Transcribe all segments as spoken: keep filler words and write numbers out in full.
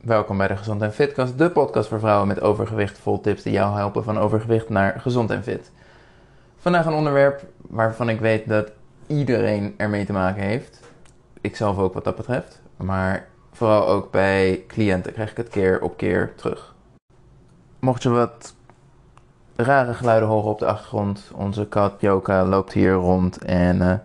Welkom bij de Gezond en Fitcast, de podcast voor vrouwen met overgewicht, vol tips die jou helpen van overgewicht naar gezond en fit. Vandaag een onderwerp waarvan ik weet dat iedereen ermee te maken heeft. Ikzelf ook wat dat betreft, maar vooral ook bij cliënten krijg ik het keer op keer terug. Mocht je wat rare geluiden horen op de achtergrond, onze kat Joka loopt hier rond en uh,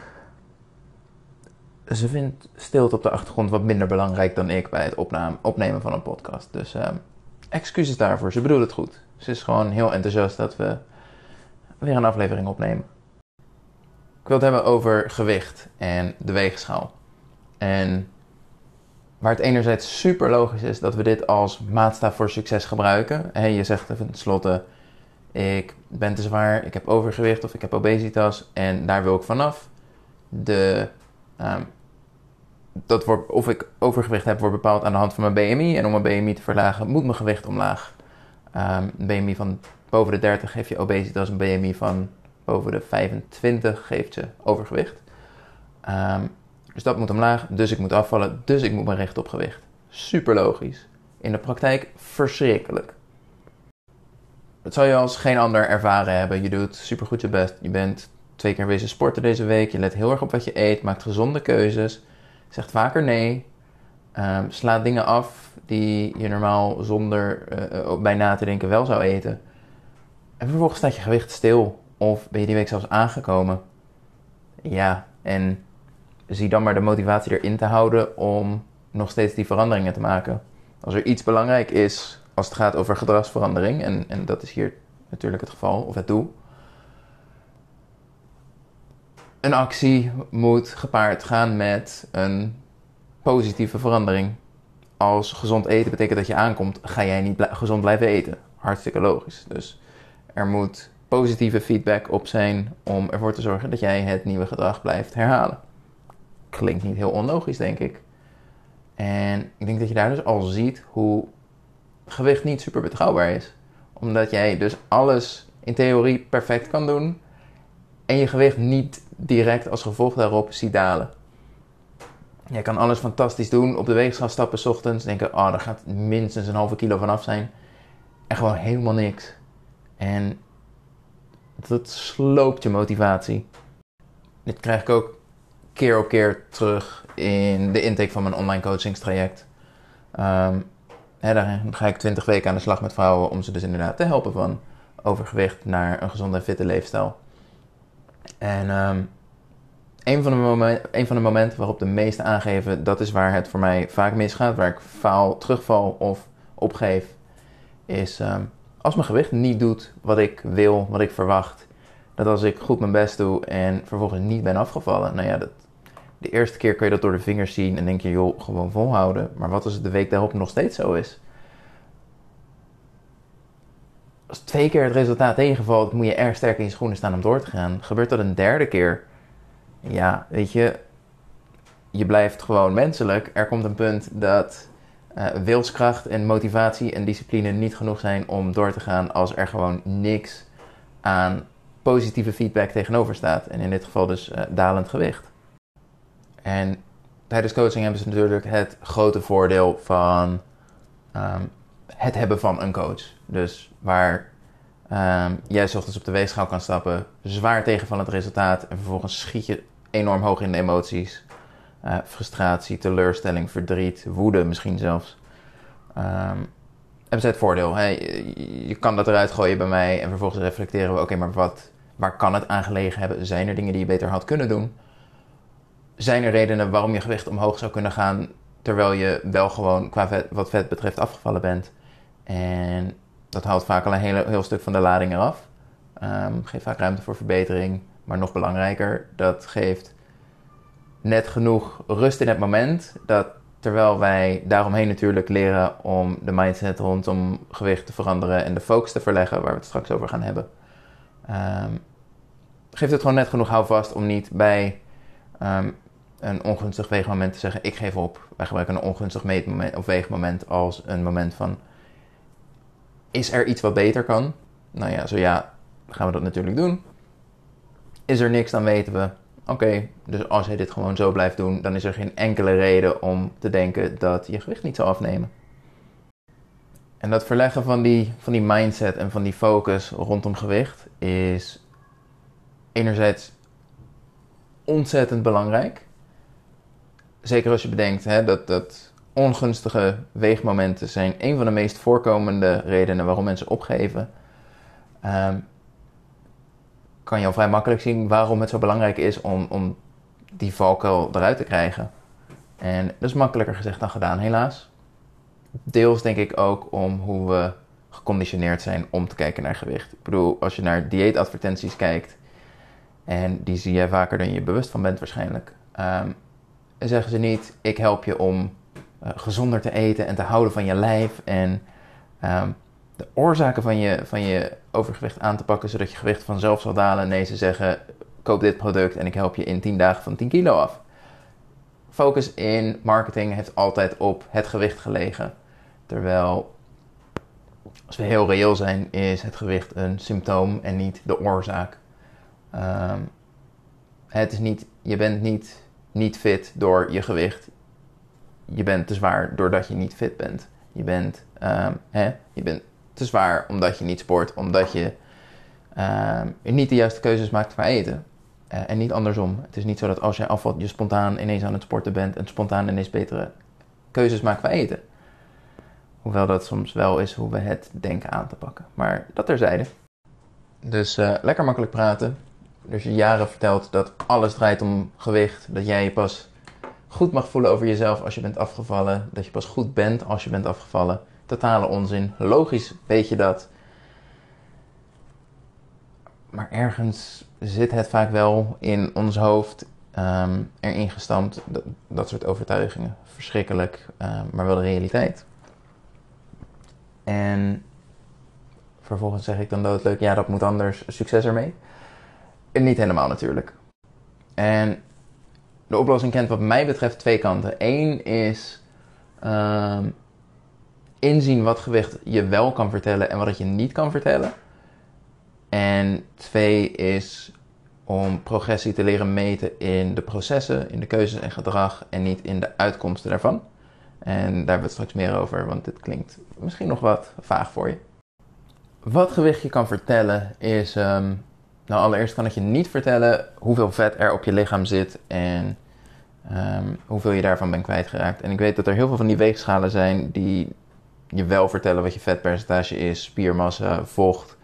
ze vindt stilte op de achtergrond wat minder belangrijk dan ik bij het opname, opnemen van een podcast. Dus uh, excuses daarvoor, ze bedoelt het goed. Ze is gewoon heel enthousiast dat we weer een aflevering opnemen. Ik wil het hebben over gewicht en de weegschaal. En waar het enerzijds super logisch is dat we dit als maatstaf voor succes gebruiken. Hey, je zegt even tenslotte, ik ben te zwaar, ik heb overgewicht of ik heb obesitas en daar wil ik vanaf. De, um, dat wordt, of ik overgewicht heb wordt bepaald aan de hand van mijn B M I. En om mijn B M I te verlagen moet mijn gewicht omlaag. Um, een B M I van boven de dertig geeft je obesitas, een B M I van boven de vijfentwintig geeft je overgewicht. Um, dus dat moet omlaag, dus ik moet afvallen, dus ik moet me richten op gewicht. Super logisch. In de praktijk verschrikkelijk. Dat zal je als geen ander ervaren hebben. Je doet supergoed je best. Je bent twee keer wezen sporten deze week. Je let heel erg op wat je eet, maakt gezonde keuzes. Zegt vaker nee. Um, slaat dingen af die je normaal zonder uh, bij na te denken wel zou eten. En vervolgens staat je gewicht stil. Of ben je die week zelfs aangekomen. Ja, en zie dan maar de motivatie erin te houden om nog steeds die veranderingen te maken. Als er iets belangrijk is als het gaat over gedragsverandering, en, en dat is hier natuurlijk het geval, of het doel. Een actie moet gepaard gaan met een positieve verandering. Als gezond eten betekent dat je aankomt, ga jij niet bl- gezond blijven eten. Hartstikke logisch. Dus er moet positieve feedback op zijn om ervoor te zorgen dat jij het nieuwe gedrag blijft herhalen. Klinkt niet heel onlogisch, denk ik. En ik denk dat je daar dus al ziet hoe gewicht niet super betrouwbaar is. Omdat jij dus alles in theorie perfect kan doen en je gewicht niet direct als gevolg daarop ziet dalen. Jij kan alles fantastisch doen, op de weegschaal stappen 's ochtends, denken, oh, daar gaat minstens een halve kilo vanaf zijn. En gewoon helemaal niks. En dat sloopt je motivatie. Dit krijg ik ook keer op keer terug in de intake van mijn online coachingstraject. Um, hè, daarin ga ik twintig weken aan de slag met vrouwen om ze dus inderdaad te helpen van overgewicht naar een gezonde en fitte leefstijl. En um, een, van de moment, een van de momenten waarop de meesten aangeven, dat is waar het voor mij vaak misgaat, waar ik faal, terugval of opgeef, is um, als mijn gewicht niet doet wat ik wil, wat ik verwacht. Dat als ik goed mijn best doe en vervolgens niet ben afgevallen, nou ja, dat, de eerste keer kun je dat door de vingers zien en denk je, joh, gewoon volhouden. Maar wat als het de week daarop nog steeds zo is? Als twee keer het resultaat tegenvalt, moet je erg sterk in je schoenen staan om door te gaan. Gebeurt dat een derde keer? Ja, weet je, je blijft gewoon menselijk. Er komt een punt dat uh, wilskracht en motivatie en discipline niet genoeg zijn om door te gaan als er gewoon niks aan positieve feedback tegenover staat. En in dit geval dus uh, dalend gewicht. En tijdens coaching hebben ze natuurlijk het grote voordeel van um, het hebben van een coach. Dus waar um, jij 's ochtends op de weegschaal kan stappen, zwaar tegenvallend resultaat en vervolgens schiet je enorm hoog in de emoties. Uh, frustratie, teleurstelling, verdriet, woede misschien zelfs. Um, hebben ze het voordeel. Hè? Je, je kan dat eruit gooien bij mij en vervolgens reflecteren we, oké, okay, maar wat, waar kan het aan gelegen hebben? Zijn er dingen die je beter had kunnen doen? Zijn er redenen waarom je gewicht omhoog zou kunnen gaan, terwijl je wel gewoon qua vet, wat vet betreft afgevallen bent? En dat haalt vaak al een hele, heel stuk van de lading eraf. Um, geeft vaak ruimte voor verbetering. Maar nog belangrijker, dat geeft net genoeg rust in het moment. Dat terwijl wij daaromheen natuurlijk leren om de mindset rondom gewicht te veranderen en de focus te verleggen, waar we het straks over gaan hebben. Um, geeft het gewoon net genoeg houvast om niet bij um, een ongunstig weegmoment te zeggen, ik geef op. Wij gebruiken een ongunstig meetmoment of weegmoment als een moment van, is er iets wat beter kan? Nou ja, zo ja, gaan we dat natuurlijk doen. Is er niks, dan weten we, oké, okay, dus als je dit gewoon zo blijft doen, dan is er geen enkele reden om te denken dat je gewicht niet zal afnemen. En dat verleggen van die, van die mindset en van die focus rondom gewicht is enerzijds ontzettend belangrijk. Zeker als je bedenkt hè, dat, dat ongunstige weegmomenten zijn een van de meest voorkomende redenen waarom mensen opgeven. Um, kan je al vrij makkelijk zien waarom het zo belangrijk is om, om die valkuil eruit te krijgen. En dat is makkelijker gezegd dan gedaan, helaas. Deels denk ik ook om hoe we geconditioneerd zijn om te kijken naar gewicht. Ik bedoel, als je naar dieetadvertenties kijkt, en die zie jij vaker dan je bewust van bent waarschijnlijk, um, zeggen ze niet, ik help je om uh, gezonder te eten en te houden van je lijf en um, de oorzaken van je, van je overgewicht aan te pakken, zodat je gewicht vanzelf zal dalen. Nee, ze zeggen, koop dit product en ik help je in tien dagen van tien kilo af. Focus in marketing heeft altijd op het gewicht gelegen. Terwijl, als we heel reëel zijn, is het gewicht een symptoom en niet de oorzaak. Um, het is niet, je bent niet, niet fit door je gewicht. Je bent te zwaar doordat je niet fit bent. Je bent, um, hè, je bent te zwaar omdat je niet sport, omdat je um, niet de juiste keuzes maakt qua eten. Uh, en niet andersom. Het is niet zo dat als jij afvalt, je spontaan ineens aan het sporten bent en spontaan ineens betere keuzes maakt qua eten. Hoewel dat soms wel is hoe we het denken aan te pakken. Maar dat terzijde. Dus uh, lekker makkelijk praten. Dus je jaren vertelt dat alles draait om gewicht. Dat jij je pas goed mag voelen over jezelf als je bent afgevallen. Dat je pas goed bent als je bent afgevallen. Totale onzin. Logisch weet je dat. Maar ergens zit het vaak wel in ons hoofd um, erin gestampt. Dat, dat soort overtuigingen. Verschrikkelijk, um, maar wel de realiteit. En vervolgens zeg ik dan doodleuk, ja, dat moet anders, succes ermee. En niet helemaal natuurlijk. En de oplossing kent wat mij betreft twee kanten. Eén is um, inzien wat gewicht je wel kan vertellen en wat het je niet kan vertellen. En twee is om progressie te leren meten in de processen, in de keuzes en gedrag en niet in de uitkomsten daarvan. En daar hebben we het straks meer over, want dit klinkt misschien nog wat vaag voor je. Wat gewicht je kan vertellen is, um, nou allereerst kan het je niet vertellen hoeveel vet er op je lichaam zit en um, hoeveel je daarvan bent kwijtgeraakt. En ik weet dat er heel veel van die weegschalen zijn die je wel vertellen wat je vetpercentage is, spiermassa, vocht.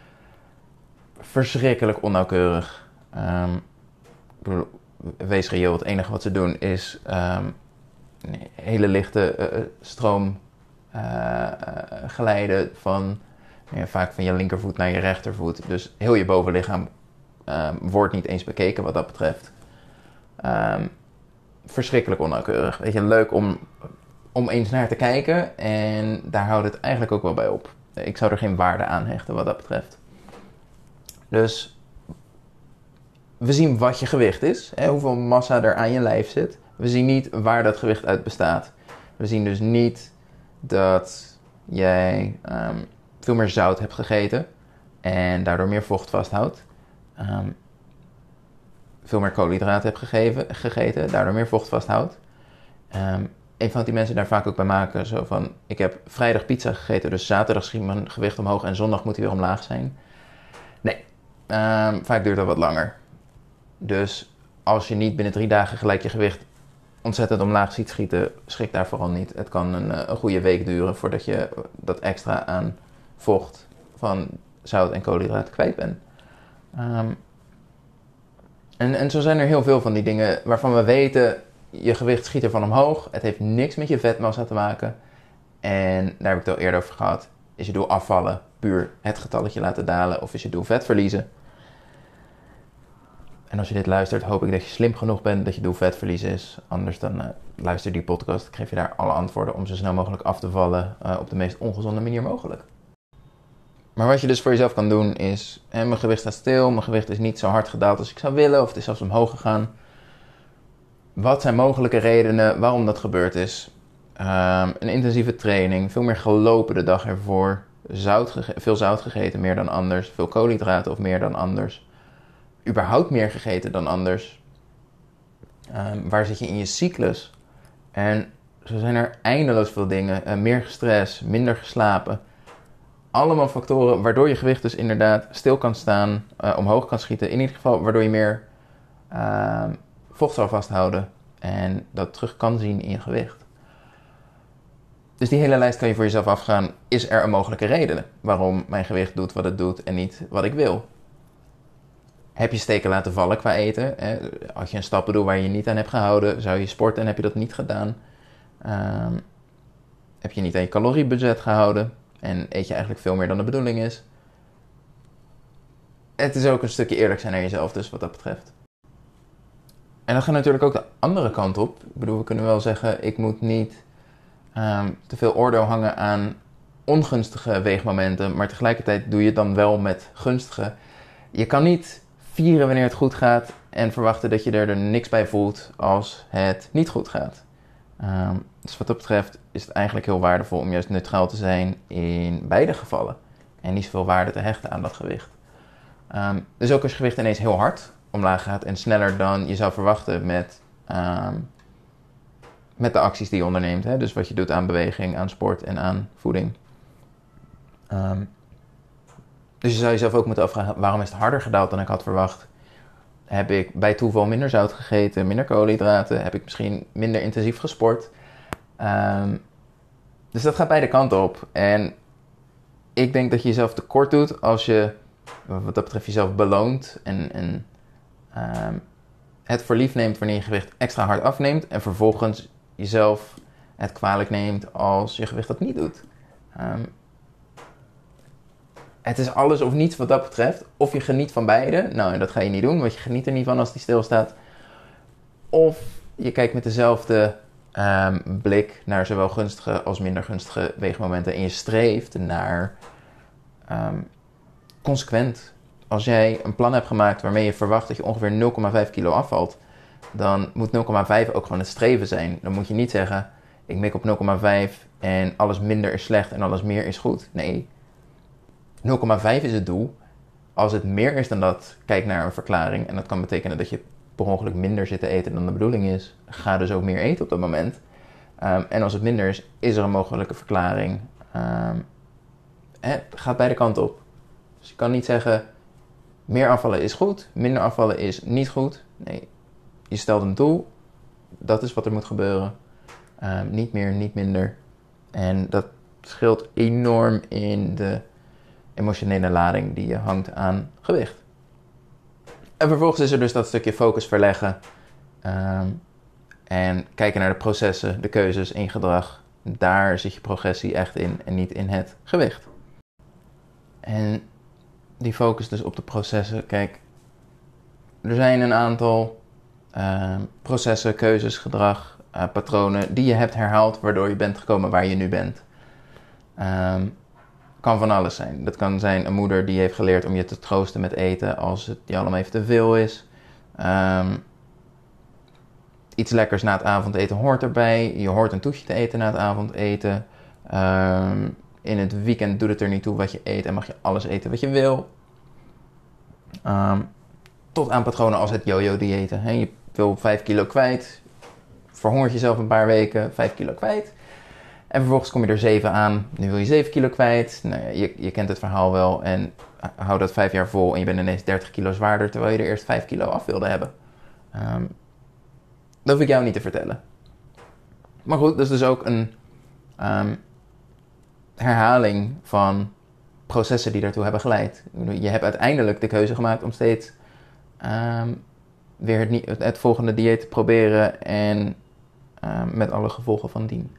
Verschrikkelijk onnauwkeurig. Um, ik bedoel, wees reëel, het enige wat ze doen is um, hele lichte uh, stroom uh, uh, glijden van ja, vaak van je linkervoet naar je rechtervoet. Dus heel je bovenlichaam um, wordt niet eens bekeken wat dat betreft. Um, verschrikkelijk onnauwkeurig. Weet je, leuk om, om eens naar te kijken en daar houdt het eigenlijk ook wel bij op. Ik zou er geen waarde aan hechten wat dat betreft. Dus we zien wat je gewicht is, hè, hoeveel massa er aan je lijf zit. We zien niet waar dat gewicht uit bestaat. We zien dus niet dat jij um, veel meer zout hebt gegeten en daardoor meer vocht vasthoudt. Um, veel meer koolhydraten hebt gegeven, gegeten, daardoor meer vocht vasthoudt. Um, een van die mensen daar vaak ook bij maken, zo van, ik heb vrijdag pizza gegeten, dus zaterdag schiet mijn gewicht omhoog en zondag moet hij weer omlaag zijn. Nee, um, vaak duurt dat wat langer. Dus als je niet binnen drie dagen gelijk je gewicht ontzettend omlaag ziet schieten, schrik daar vooral niet. Het kan een, een goede week duren voordat je dat extra aan vocht van zout en koolhydraten kwijt bent. Um, en, en zo zijn er heel veel van die dingen waarvan we weten, je gewicht schiet ervan omhoog. Het heeft niks met je vetmassa te maken. En daar heb ik het al eerder over gehad. Is je doel afvallen, puur het getalletje laten dalen, of is je doel vet verliezen? En als je dit luistert, hoop ik dat je slim genoeg bent dat je doel vet verliezen is. Anders dan uh, luister die podcast. Ik geef je daar alle antwoorden om zo snel mogelijk af te vallen uh, op de meest ongezonde manier mogelijk. Maar wat je dus voor jezelf kan doen is, hè, mijn gewicht staat stil, mijn gewicht is niet zo hard gedaald als ik zou willen, of het is zelfs omhoog gegaan. Wat zijn mogelijke redenen waarom dat gebeurd is? Um, een intensieve training, veel meer gelopen de dag ervoor, zout gege- veel zout gegeten, meer dan anders, veel koolhydraten of meer dan anders. Überhaupt meer gegeten dan anders. Um, waar zit je in je cyclus? En Zo zijn er eindeloos veel dingen. Uh, meer stress, minder geslapen. Allemaal factoren waardoor je gewicht dus inderdaad stil kan staan, uh, omhoog kan schieten. In ieder geval waardoor je meer uh, vocht zal vasthouden en dat terug kan zien in je gewicht. Dus die hele lijst kan je voor jezelf afgaan. Is er een mogelijke reden waarom mijn gewicht doet wat het doet en niet wat ik wil? Heb je steken laten vallen qua eten? Hè? Als je een stappen doet waar je je niet aan hebt gehouden, zou je sporten en heb je dat niet gedaan? Um, heb je niet aan je caloriebudget gehouden en eet je eigenlijk veel meer dan de bedoeling is? Het is ook een stukje eerlijk zijn naar jezelf dus wat dat betreft. En dat gaat natuurlijk ook de andere kant op. Ik bedoel, we kunnen wel zeggen, ik moet niet um, te veel oordeel hangen aan ongunstige weegmomenten, maar tegelijkertijd doe je het dan wel met gunstige. Je kan niet vieren wanneer het goed gaat en verwachten dat je er, er niks bij voelt als het niet goed gaat. Um, dus wat dat betreft is het eigenlijk heel waardevol om juist neutraal te zijn in beide gevallen. En niet zoveel waarde te hechten aan dat gewicht. Um, dus ook als je gewicht ineens heel hard omlaag gaat en sneller dan je zou verwachten met, um, met de acties die je onderneemt. Hè? Dus wat je doet aan beweging, aan sport en aan voeding. Um, dus je zou jezelf ook moeten afvragen, waarom is het harder gedaald dan ik had verwacht? Heb ik bij toeval minder zout gegeten, minder koolhydraten? Heb ik misschien minder intensief gesport? Um, dus dat gaat beide kanten op. En ik denk dat je jezelf tekort doet als je, wat dat betreft, jezelf beloont en, en um, het voor lief neemt wanneer je gewicht extra hard afneemt en vervolgens jezelf het kwalijk neemt als je gewicht dat niet doet. Um, Het is alles of niets wat dat betreft. Of je geniet van beide. Nou, en dat ga je niet doen, want je geniet er niet van als die stilstaat. Of je kijkt met dezelfde um, blik naar zowel gunstige als minder gunstige weegmomenten. En je streeft naar um, consequent. Als jij een plan hebt gemaakt waarmee je verwacht dat je ongeveer nul komma vijf kilo afvalt, dan moet nul komma vijf ook gewoon het streven zijn. Dan moet je niet zeggen, ik mik op nul komma vijf en alles minder is slecht en alles meer is goed. Nee. nul komma vijf is het doel. Als het meer is dan dat, kijk naar een verklaring. En dat kan betekenen dat je per ongeluk minder zit te eten dan de bedoeling is. Ga dus ook meer eten op dat moment. Um, en als het minder is, is er een mogelijke verklaring. Um, het gaat beide kanten op. Dus je kan niet zeggen, meer afvallen is goed, minder afvallen is niet goed. Nee, je stelt een doel. Dat is wat er moet gebeuren. Um, niet meer, niet minder. En dat scheelt enorm in de emotionele lading die je hangt aan gewicht. En vervolgens is er dus dat stukje focus verleggen. Um, en kijken naar de processen, de keuzes in gedrag. Daar zit je progressie echt in en niet in het gewicht. En die focus dus op de processen. Kijk, er zijn een aantal uh, processen, keuzes, gedrag, uh, patronen die je hebt herhaald waardoor je bent gekomen waar je nu bent. Um, kan van alles zijn. Dat kan zijn een moeder die heeft geleerd om je te troosten met eten als het je allemaal even te veel is. Um, iets lekkers na het avondeten hoort erbij. Je hoort een toetje te eten na het avondeten. Um, in het weekend doet het er niet toe wat je eet en mag je alles eten wat je wil. Um, tot aan patronen als het yo-yo-diëten. He, je wil vijf kilo kwijt. Verhongert jezelf een paar weken, vijf kilo kwijt. En vervolgens kom je er zeven aan. Nu wil je zeven kilo kwijt. Nou ja, je, je kent het verhaal wel. En hou dat vijf jaar vol en je bent ineens dertig kilo zwaarder, terwijl je er eerst vijf kilo af wilde hebben. Um, dat hoef ik jou niet te vertellen. Maar goed, dat is dus ook een um, herhaling van processen die daartoe hebben geleid. Je hebt uiteindelijk de keuze gemaakt om steeds um, weer het, het, het volgende dieet te proberen en um, met alle gevolgen van dien.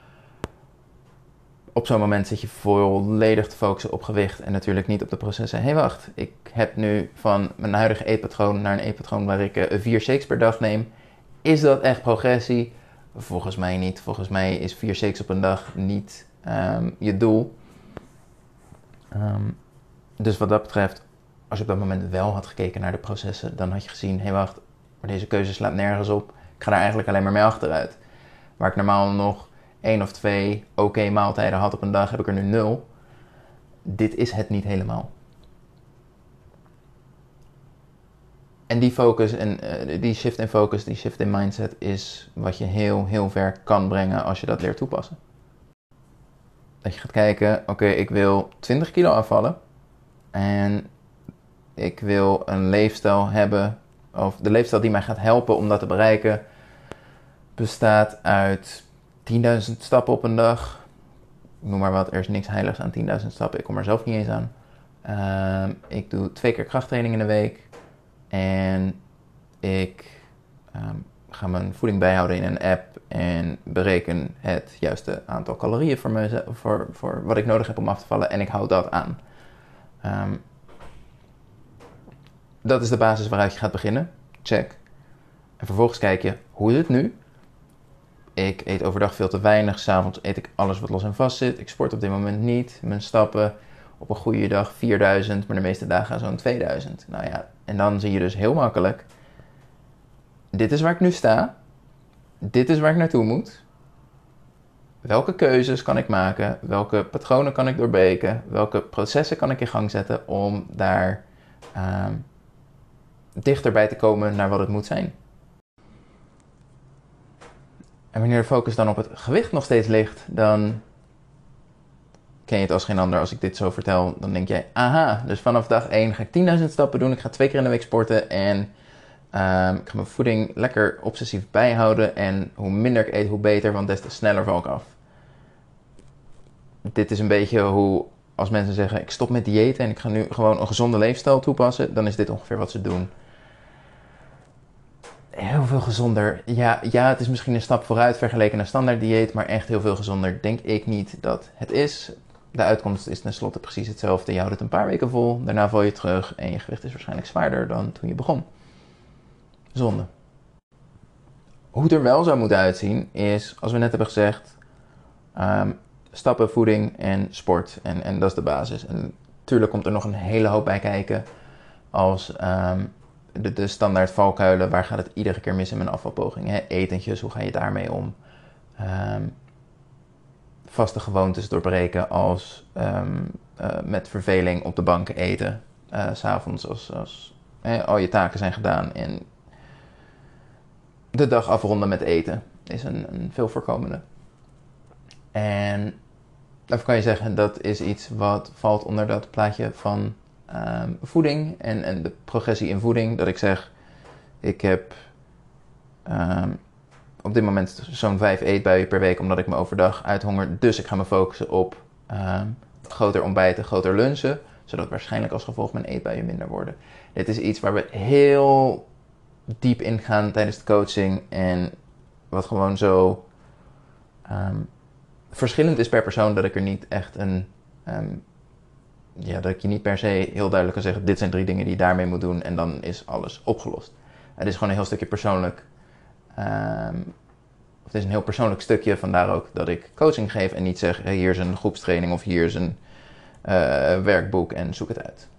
Op zo'n moment zit je volledig te focussen op gewicht en natuurlijk niet op de processen. Hé, hey, wacht, ik heb nu van mijn huidige eetpatroon naar een eetpatroon waar ik uh, vier shakes per dag neem. Is dat echt progressie? Volgens mij niet. Volgens mij is vier shakes op een dag niet um, je doel. Um, dus wat dat betreft, als je op dat moment wel had gekeken naar de processen, dan had je gezien, hé, hey, wacht, maar deze keuze slaat nergens op. Ik ga daar eigenlijk alleen maar mee achteruit. Waar ik normaal nog één of twee oké okay maaltijden had op een dag, heb ik er nu nul. Dit is het niet helemaal. En die focus en uh, die shift in focus, die shift in mindset is wat je heel, heel ver kan brengen als je dat leert toepassen. Dat je gaat kijken, oké, okay, ik wil twintig kilo afvallen. En ik wil een leefstijl hebben, of de leefstijl die mij gaat helpen om dat te bereiken, bestaat uit tienduizend stappen op een dag. Noem maar wat, er is niks heiligs aan tienduizend stappen. Ik kom er zelf niet eens aan. Uh, ik doe twee keer krachttraining in de week. En ik um, ga mijn voeding bijhouden in een app en bereken het juiste aantal calorieën voor, me, voor, voor wat ik nodig heb om af te vallen. En ik houd dat aan. Um, dat is de basis waaruit je gaat beginnen. Check. En vervolgens kijk je, hoe is het nu? Ik eet overdag veel te weinig. 's Avonds eet ik alles wat los en vast zit. Ik sport op dit moment niet. Mijn stappen op een goede dag vierduizend, maar de meeste dagen zo'n tweeduizend. Nou ja, en dan zie je dus heel makkelijk. Dit is waar ik nu sta. Dit is waar ik naartoe moet. Welke keuzes kan ik maken? Welke patronen kan ik doorbreken? Welke processen kan ik in gang zetten om daar uh, dichterbij te komen naar wat het moet zijn? En wanneer de focus dan op het gewicht nog steeds ligt, dan ken je het als geen ander. Als ik dit zo vertel, dan denk jij, aha, dus vanaf dag één ga ik tienduizend stappen doen. Ik ga twee keer in de week sporten en um, ik ga mijn voeding lekker obsessief bijhouden. En hoe minder ik eet, hoe beter, want des te sneller val ik af. Dit is een beetje hoe, als mensen zeggen, ik stop met diëten en ik ga nu gewoon een gezonde leefstijl toepassen, dan is dit ongeveer wat ze doen. Heel veel gezonder. Ja, ja, het is misschien een stap vooruit vergeleken naar standaard dieet, maar echt heel veel gezonder denk ik niet dat het is. De uitkomst is tenslotte precies hetzelfde. Je houdt het een paar weken vol, daarna val je terug en je gewicht is waarschijnlijk zwaarder dan toen je begon. Zonde. Hoe het er wel zou moeten uitzien is, als we net hebben gezegd, um, stappen, voeding en sport. En, en dat is de basis. En natuurlijk komt er nog een hele hoop bij kijken als um, de, de standaard valkuilen. Waar gaat het iedere keer mis in mijn afvalpoging? Hè? Etentjes, hoe ga je daarmee om? Um, vaste gewoontes doorbreken als um, uh, met verveling op de bank eten. Uh, 's avonds als, als eh, al je taken zijn gedaan en de dag afronden met eten is een, een veel voorkomende. En daarvoor kan je zeggen dat is iets wat valt onder dat plaatje van um, voeding en, en de progressie in voeding. Dat ik zeg, ik heb um, op dit moment zo'n vijf eetbuien per week omdat ik me overdag uithonger. Dus ik ga me focussen op um, groter ontbijten, groter lunchen. Zodat waarschijnlijk als gevolg mijn eetbuien minder worden. Dit is iets waar we heel diep ingaan tijdens de coaching. En wat gewoon zo um, verschillend is per persoon. Dat ik er niet echt een... Um, ja, dat ik je niet per se heel duidelijk kan zeggen, dit zijn drie dingen die je daarmee moet doen. En dan is alles opgelost. Het is gewoon een heel stukje persoonlijk. Um, of het is een heel persoonlijk stukje. Vandaar ook dat ik coaching geef. En niet zeg, hey, hier is een groepstraining of hier is een uh, werkboek en zoek het uit.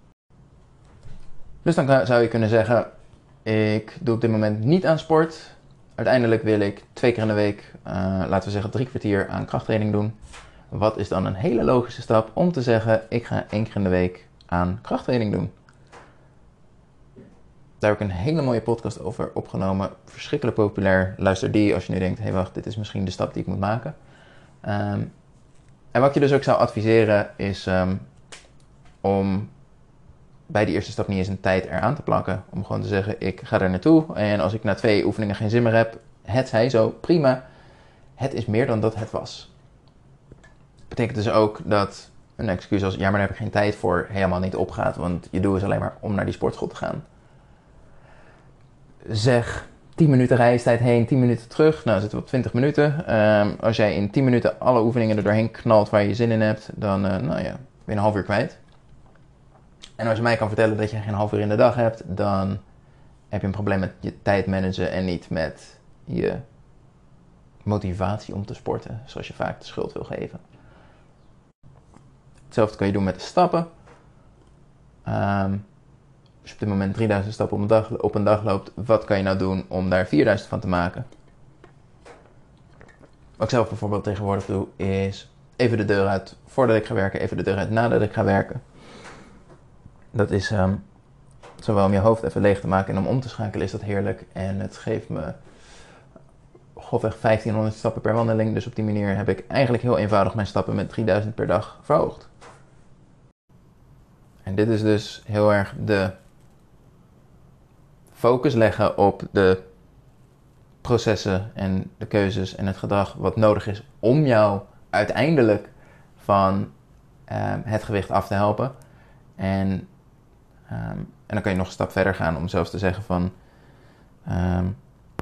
Dus dan zou je kunnen zeggen, ik doe op dit moment niet aan sport. Uiteindelijk wil ik twee keer in de week, uh, laten we zeggen drie kwartier aan krachttraining doen. Wat is dan een hele logische stap om te zeggen, ik ga één keer in de week aan krachttraining doen. Daar heb ik een hele mooie podcast over opgenomen. Verschrikkelijk populair. Luister die als je nu denkt, hé hey, wacht, dit is misschien de stap die ik moet maken. Um, en wat ik je dus ook zou adviseren is um, om bij die eerste stap niet eens een tijd eraan te plakken. Om gewoon te zeggen, ik ga er naartoe. En als ik na twee oefeningen geen zin meer heb, het zij zo, prima. Het is meer dan dat het was. Dat betekent dus ook dat een excuus als, ja maar daar heb ik geen tijd voor, helemaal niet opgaat. Want je doel is alleen maar om naar die sportschool te gaan. Zeg tien minuten reistijd heen, tien minuten terug. Nou, zitten we op twintig minuten. Um, als jij in tien minuten alle oefeningen er doorheen knalt waar je zin in hebt, dan uh, nou ja, ben je een half uur kwijt. En als je mij kan vertellen dat je geen half uur in de dag hebt, dan heb je een probleem met je tijd managen en niet met je motivatie om te sporten, zoals je vaak de schuld wil geven. Hetzelfde kan je doen met de stappen. Um, als je op dit moment drieduizend stappen op een, dag, op een dag loopt, wat kan je nou doen om daar vierduizend van te maken? Wat ik zelf bijvoorbeeld tegenwoordig doe, is even de deur uit voordat ik ga werken, even de deur uit nadat ik ga werken. Dat is um, zowel om je hoofd even leeg te maken en om om te schakelen is dat heerlijk. En het geeft me grofweg vijftienhonderd stappen per wandeling. Dus op die manier heb ik eigenlijk heel eenvoudig mijn stappen met drieduizend per dag verhoogd. En dit is dus heel erg de focus leggen op de processen en de keuzes en het gedrag wat nodig is om jou uiteindelijk van um, het gewicht af te helpen. En, um, en dan kan je nog een stap verder gaan om zelfs te zeggen van um,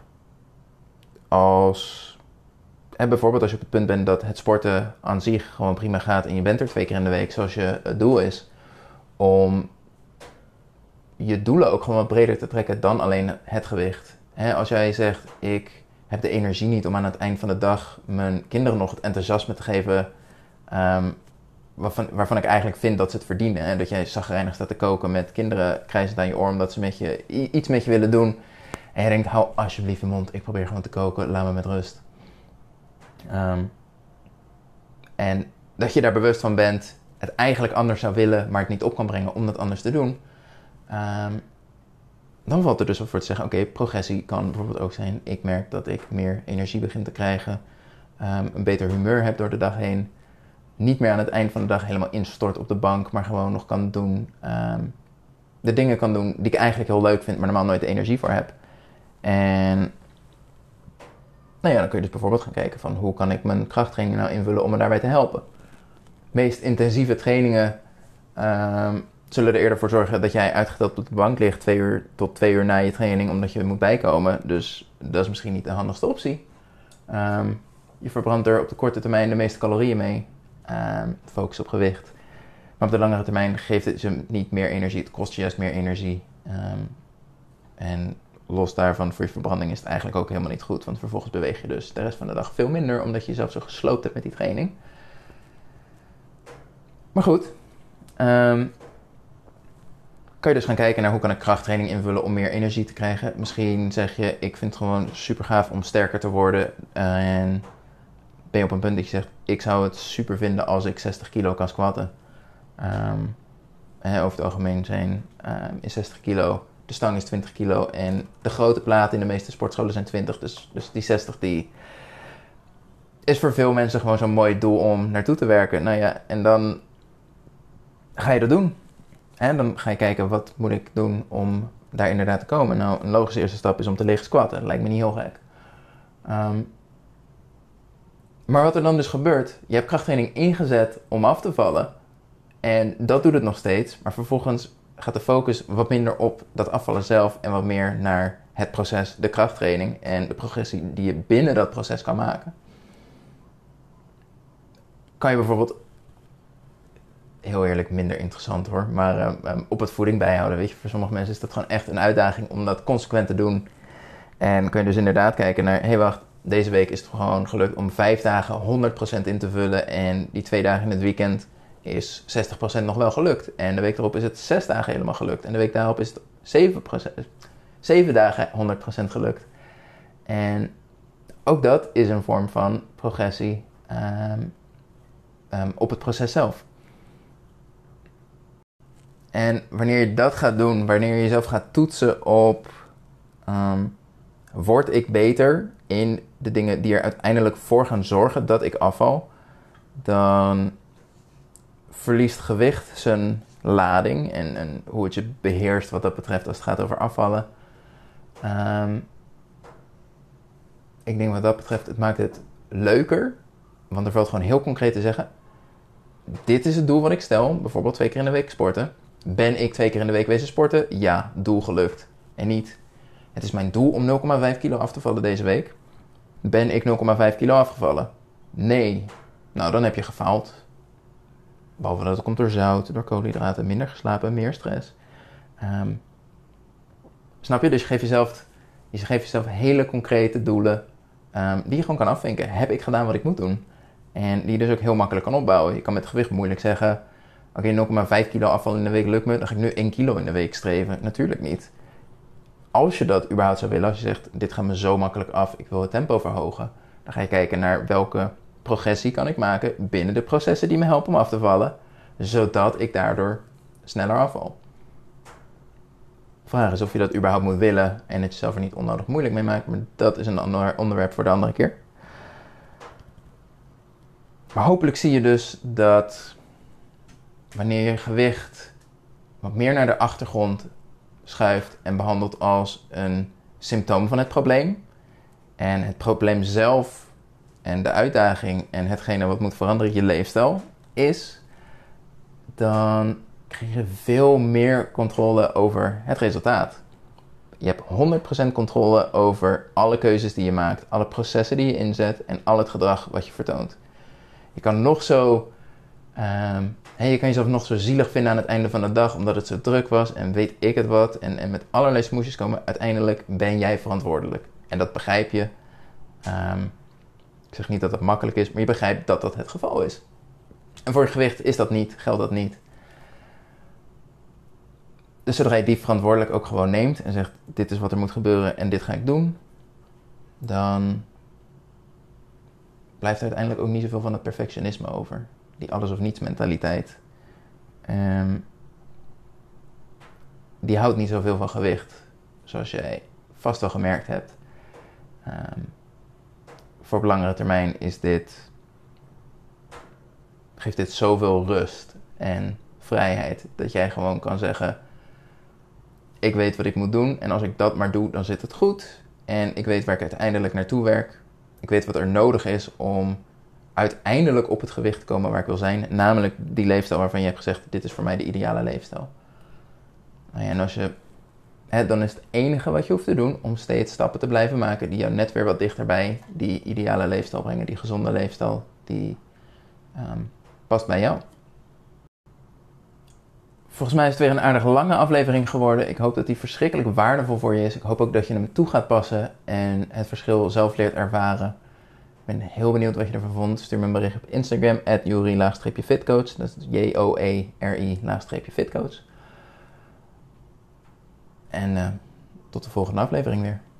als eh, bijvoorbeeld als je op het punt bent dat het sporten aan zich gewoon prima gaat en je bent er twee keer in de week zoals je het doel is, om je doelen ook gewoon wat breder te trekken dan alleen het gewicht. He, als jij zegt, ik heb de energie niet om aan het eind van de dag mijn kinderen nog het enthousiasme te geven um, waarvan, waarvan ik eigenlijk vind dat ze het verdienen. En dat jij chagrijnig staat te koken met kinderen krijzend aan je oor omdat ze met je, iets met je willen doen. En je denkt, hou alsjeblieft je mond, ik probeer gewoon te koken, laat me met rust. Um, en dat je daar bewust van bent, het eigenlijk anders zou willen, maar het niet op kan brengen om dat anders te doen. Um, dan valt er dus op voor te zeggen, oké, okay, progressie kan bijvoorbeeld ook zijn, ik merk dat ik meer energie begin te krijgen, um, een beter humeur heb door de dag heen, niet meer aan het eind van de dag helemaal instort op de bank, maar gewoon nog kan doen, um, de dingen kan doen die ik eigenlijk heel leuk vind, maar normaal nooit de energie voor heb. En nou ja, dan kun je dus bijvoorbeeld gaan kijken van hoe kan ik mijn krachttraining nou invullen om me daarbij te helpen. Meest intensieve trainingen um, zullen er eerder voor zorgen dat jij uitgeteld op de bank ligt twee uur tot twee uur na je training omdat je moet bijkomen. Dus dat is misschien niet de handigste optie. Um, je verbrandt er op de korte termijn de meeste calorieën mee. Um, focus op gewicht. Maar op de langere termijn geeft het je niet meer energie. Het kost je juist meer energie. Um, en los daarvan voor je verbranding is het eigenlijk ook helemaal niet goed. Want vervolgens beweeg je dus de rest van de dag veel minder omdat je jezelf zo gesloopt hebt met die training. Maar goed. Um, kan je dus gaan kijken naar hoe kan ik krachttraining invullen om meer energie te krijgen. Misschien zeg je, ik vind het gewoon super gaaf om sterker te worden. Uh, en ben je op een punt dat je zegt, ik zou het super vinden als ik zestig kilo kan squatten. Um, en over het algemeen zijn um, is zestig kilo, de stang is twintig kilo en de grote platen in de meeste sportscholen zijn twintig. Dus, dus die zestig die is voor veel mensen gewoon zo'n mooi doel om naartoe te werken. Nou ja, en dan ga je dat doen. En dan ga je kijken, wat moet ik doen om daar inderdaad te komen? Nou, een logische eerste stap is om te liggen squatten. Dat lijkt me niet heel gek. Um, maar wat er dan dus gebeurt, je hebt krachttraining ingezet om af te vallen. En dat doet het nog steeds. Maar vervolgens gaat de focus wat minder op dat afvallen zelf en wat meer naar het proces, de krachttraining en de progressie die je binnen dat proces kan maken. Kan je bijvoorbeeld, heel eerlijk, minder interessant hoor, maar uh, um, op het voeding bijhouden. Weet je, voor sommige mensen is dat gewoon echt een uitdaging om dat consequent te doen. En kun je dus inderdaad kijken naar, hé hey, wacht, deze week is het gewoon gelukt om vijf dagen honderd procent in te vullen. En die twee dagen in het weekend is zestig procent nog wel gelukt. En de week erop is het zes dagen helemaal gelukt. En de week daarop is het zeven procent, zeven dagen honderd procent gelukt. En ook dat is een vorm van progressie um, um, op het proces zelf. En wanneer je dat gaat doen, wanneer je jezelf gaat toetsen op, um, word ik beter in de dingen die er uiteindelijk voor gaan zorgen dat ik afval, dan verliest gewicht zijn lading en, en hoe het je beheerst wat dat betreft als het gaat over afvallen. Um, ik denk wat dat betreft, het maakt het leuker, want er valt gewoon heel concreet te zeggen, dit is het doel wat ik stel, bijvoorbeeld twee keer in de week sporten. Ben ik twee keer in de week wezen sporten? Ja, doel gelukt. En niet, het is mijn doel om nul komma vijf kilo af te vallen deze week. Ben ik nul komma vijf kilo afgevallen? Nee. Nou, dan heb je gefaald. Behalve dat het komt door zout, door koolhydraten, minder geslapen, meer stress. Um, snap je? Dus je geeft jezelf, je geeft jezelf hele concrete doelen um, die je gewoon kan afvinken. Heb ik gedaan wat ik moet doen? En die je dus ook heel makkelijk kan opbouwen. Je kan met gewicht moeilijk zeggen, oké, okay, nul komma vijf kilo afval in de week lukt me, dan ga ik nu één kilo in de week streven. Natuurlijk niet. Als je dat überhaupt zou willen, als je zegt, dit gaat me zo makkelijk af, ik wil het tempo verhogen, dan ga je kijken naar welke progressie kan ik maken binnen de processen die me helpen om af te vallen, zodat ik daardoor sneller afval. vraag is of je dat überhaupt moet willen en het jezelf er niet onnodig moeilijk mee maakt. Maar dat is een ander onderwerp voor de andere keer. Maar hopelijk zie je dus dat wanneer je gewicht wat meer naar de achtergrond schuift en behandelt als een symptoom van het probleem. En het probleem zelf en de uitdaging en hetgene wat moet veranderen, je leefstijl, is, dan krijg je veel meer controle over het resultaat. Je hebt honderd procent controle over alle keuzes die je maakt, alle processen die je inzet en al het gedrag wat je vertoont. Je kan nog zo, um, hey, je kan jezelf nog zo zielig vinden aan het einde van de dag, omdat het zo druk was en weet ik het wat. En, en met allerlei smoesjes komen, uiteindelijk ben jij verantwoordelijk. En dat begrijp je. Um, ik zeg niet dat het makkelijk is, maar je begrijpt dat dat het geval is. En voor het gewicht is dat niet, geldt dat niet. Dus zodra je die verantwoordelijk ook gewoon neemt en zegt, dit is wat er moet gebeuren en dit ga ik doen, dan blijft er uiteindelijk ook niet zoveel van het perfectionisme over. Die alles of niets mentaliteit. Um, die houdt niet zoveel van gewicht, zoals jij vast wel gemerkt hebt. Um, voor op langere termijn is dit, geeft dit zoveel rust en vrijheid, dat jij gewoon kan zeggen, ik weet wat ik moet doen en als ik dat maar doe, dan zit het goed. En ik weet waar ik uiteindelijk naartoe werk. Ik weet wat er nodig is om uiteindelijk op het gewicht te komen waar ik wil zijn. Namelijk die leefstijl waarvan je hebt gezegd, dit is voor mij de ideale leefstijl. Nou ja, en als je, hè, dan is het enige wat je hoeft te doen om steeds stappen te blijven maken die jou net weer wat dichter bij die ideale leefstijl brengen. Die gezonde leefstijl, die um, past bij jou. Volgens mij is het weer een aardig lange aflevering geworden. Ik hoop dat die verschrikkelijk waardevol voor je is. Ik hoop ook dat je hem toe gaat passen en het verschil zelf leert ervaren. Ik ben heel benieuwd wat je ervan vond. Stuur me een bericht op Instagram, at Jori-fitcoach. Dat is J O E R I-fitcoach. En uh, tot de volgende aflevering weer.